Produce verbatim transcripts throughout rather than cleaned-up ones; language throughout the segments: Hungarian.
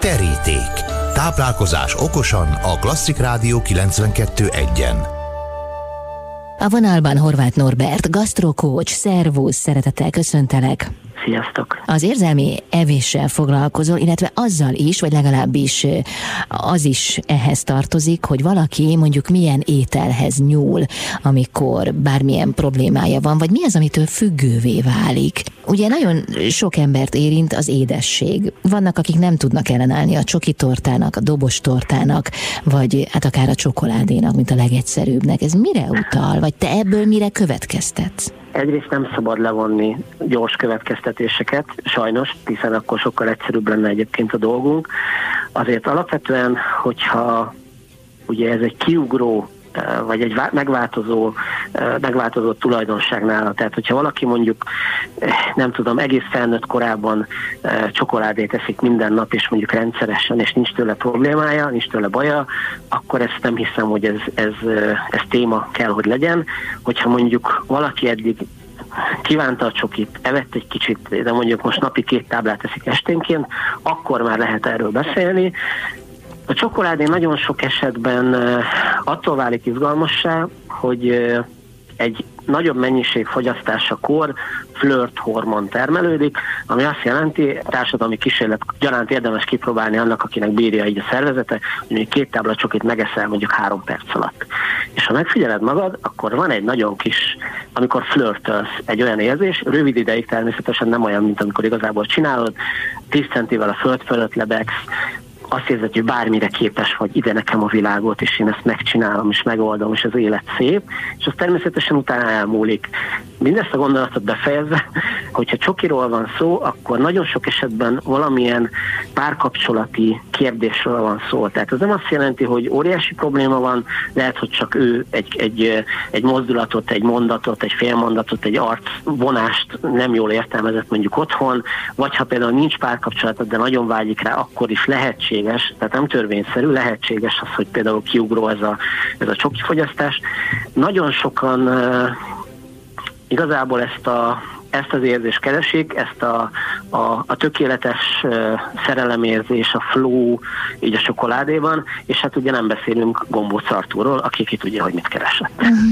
Teríték. Táplálkozás okosan a Klasszik Rádió kilencvenkettő egyen. A vonalban Horváth Norbert, gasztrokócs, szervusz, szeretettel köszöntelek. Sziasztok! Az érzelmi evéssel foglalkozol, illetve azzal is, vagy legalábbis az is ehhez tartozik, hogy valaki mondjuk milyen ételhez nyúl, amikor bármilyen problémája van, vagy mi az, amitől függővé válik. Ugye nagyon sok embert érint az édesség. Vannak, akik nem tudnak ellenállni a csoki tortának, a dobos tortának, vagy hát akár a csokoládénak, mint a legegyszerűbbnek. Ez mire utal? Vagy te ebből mire következtetsz? Egyrészt nem szabad levonni gyors következtetéseket, sajnos, hiszen akkor sokkal egyszerűbb lenne egyébként a dolgunk. Azért alapvetően, hogyha ugye ez egy kiugró, vagy egy megváltozó, megváltozott tulajdonságnál, tehát hogyha valaki mondjuk, nem tudom, egész felnőtt korában csokoládét eszik minden nap, és mondjuk rendszeresen, és nincs tőle problémája, nincs tőle baja, akkor ezt nem hiszem, hogy ez, ez, ez téma kell, hogy legyen. Hogyha mondjuk valaki eddig kívánta a csokit, evett egy kicsit, de mondjuk most napi két táblát eszik esténként, akkor már lehet erről beszélni. A csokoládé nagyon sok esetben attól válik izgalmassá, hogy egy nagyobb mennyiség fogyasztásakor flirt hormon termelődik, ami azt jelenti, társadalmi kísérlet gyaránt érdemes kipróbálni annak, akinek bírja így a szervezete, hogy mondjuk két tábla csokit megeszel mondjuk három perc alatt. És ha megfigyeled magad, akkor van egy nagyon kis, amikor flirtölsz, egy olyan érzés, rövid ideig természetesen nem olyan, mint amikor igazából csinálod, tíz centivel a föld fölött lebegsz, azt érzed, hogy bármire képes vagy, ide nekem a világot, és én ezt megcsinálom, és megoldom, és az élet szép, és az természetesen utána elmúlik. Mindezt a gondolatot befejezve, hogyha csokiról van szó, akkor nagyon sok esetben valamilyen párkapcsolati kérdésről van szó. Tehát ez nem azt jelenti, hogy óriási probléma van, lehet, hogy csak ő egy, egy, egy mozdulatot, egy mondatot, egy félmondatot, egy arcvonást nem jól értelmezett mondjuk otthon, vagy ha például nincs párkapcsolata, de nagyon vágyik rá, akkor is lehetséges, tehát nem törvényszerű, lehetséges az, hogy például kiugró ez a, ez a csokifogyasztás. Nagyon sokan uh, igazából ezt a ezt az érzést keresik, ezt a, a, a tökéletes uh, szerelemérzés, a flow így a csokoládéban, és hát ugye nem beszélünk Gombóc Artúrról, aki ki tudja, hogy mit keresett.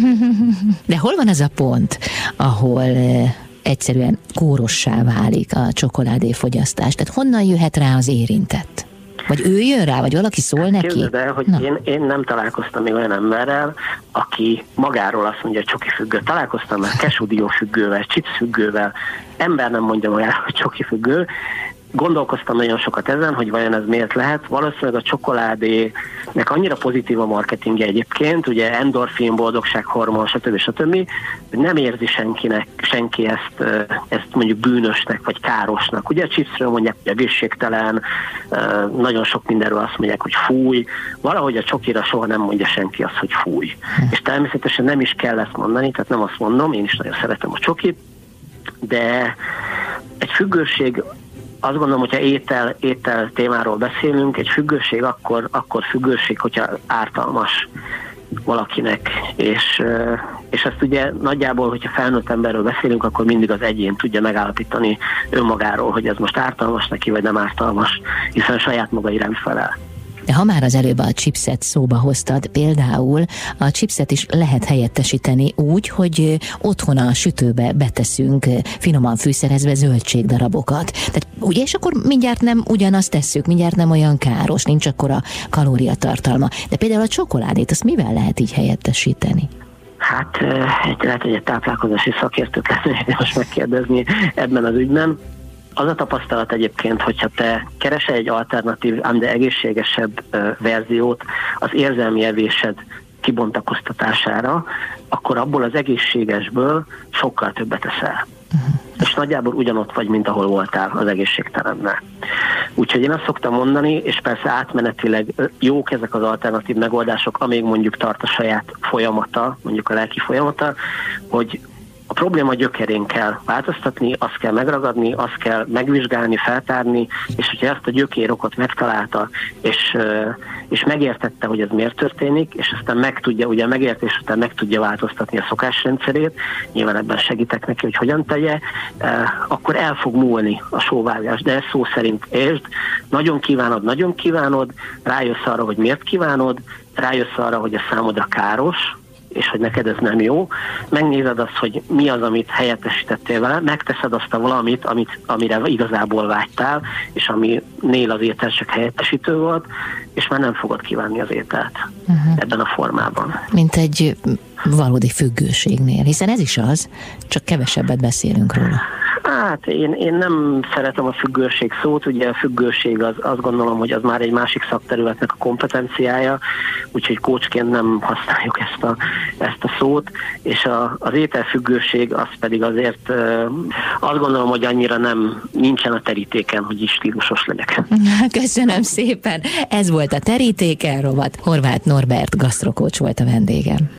De hol van ez a pont, ahol uh, egyszerűen kórossá válik a csokoládéfogyasztás? Tehát honnan jöhet rá az érintett? Vagy ő jön rá, vagy valaki szól neki? Képzeld el, hogy én, én nem találkoztam még olyan emberrel, aki magáról azt mondja, hogy csoki függő. Találkoztam már kesúdió függővel, chips függővel. Ember nem mondja magáról, hogy csoki függő. Gondolkoztam nagyon sokat ezen, hogy vajon ez miért lehet. Valószínűleg a csokoládének annyira pozitív a marketingje egyébként, ugye endorfin, boldogsághormon, stb. stb., hogy nem érzi senkinek, senki ezt, ezt mondjuk bűnösnek, vagy károsnak. Ugye a chipsről mondják, hogy egészségtelen, nagyon sok mindenről azt mondják, hogy fúj. Valahogy a csokira soha nem mondja senki azt, hogy fúj. És természetesen nem is kell ezt mondani, tehát nem azt mondom, én is nagyon szeretem a csokit, de egy függőség, azt gondolom, hogyha étel, étel témáról beszélünk, egy függőség akkor, akkor függőség, hogyha ártalmas valakinek, és, és ezt ugye nagyjából, hogyha felnőtt emberről beszélünk, akkor mindig az egyén tudja megállapítani önmagáról, hogy ez most ártalmas neki, vagy nem ártalmas, hiszen saját maga iránt felel. De ha már az előbb a chipset szóba hoztad, például a chipset is lehet helyettesíteni úgy, hogy otthon a sütőbe beteszünk finoman fűszerezve zöldségdarabokat. Tehát ugye, és akkor mindjárt nem ugyanazt tesszük, mindjárt nem olyan káros, nincs akkora kalóriatartalma. De például a csokoládét, azt mivel lehet így helyettesíteni? Hát egy, lehet, hogy egy táplálkozási szakértőt lehetne most megkérdezni ebben az ügyben. Az a tapasztalat egyébként, hogyha te keresel egy alternatív, ám de egészségesebb uh, verziót az érzelmi evésed kibontakoztatására, akkor abból az egészségesből sokkal többet eszel. Uh-huh. És nagyjából ugyanott vagy, mint ahol voltál az egészségtelennel. Úgyhogy én azt szoktam mondani, és persze átmenetileg jók ezek az alternatív megoldások, amíg mondjuk tart a saját folyamata, mondjuk a lelki folyamata, hogy A probléma gyökerén kell változtatni, azt kell megragadni, azt kell megvizsgálni, feltárni, és hogyha ezt a gyökérokot megtalálta, és, és megértette, hogy ez miért történik, és aztán meg tudja, ugye a megértés után meg tudja változtatni a szokásrendszerét, nyilván ebben segítek neki, hogy hogyan tegye, akkor el fog múlni a sóvárgás, de ez szó szerint értsd, nagyon kívánod, nagyon kívánod, rájössz arra, hogy miért kívánod, rájössz arra, hogy a számodra káros, és hogy neked ez nem jó, megnézed azt, hogy mi az, amit helyettesítettél vele, megteszed azt a valamit, amit, amire igazából vágytál, és aminél az étel csak helyettesítő volt, és már nem fogod kívánni az ételt uh-huh. ebben a formában. Mint egy valódi függőségnél, hiszen ez is az, csak kevesebbet beszélünk róla. Hát én, én nem szeretem a függőség szót, ugye a függőség az, azt gondolom, hogy az már egy másik szakterületnek a kompetenciája, úgyhogy coachként nem használjuk ezt a, ezt a szót, és a, az ételfüggőség az pedig azért azt gondolom, hogy annyira nem nincsen a terítéken, hogy is stílusos legyek. Köszönöm szépen, ez volt a Terítéken rovat, Horváth Norbert gasztrokócs volt a vendégem.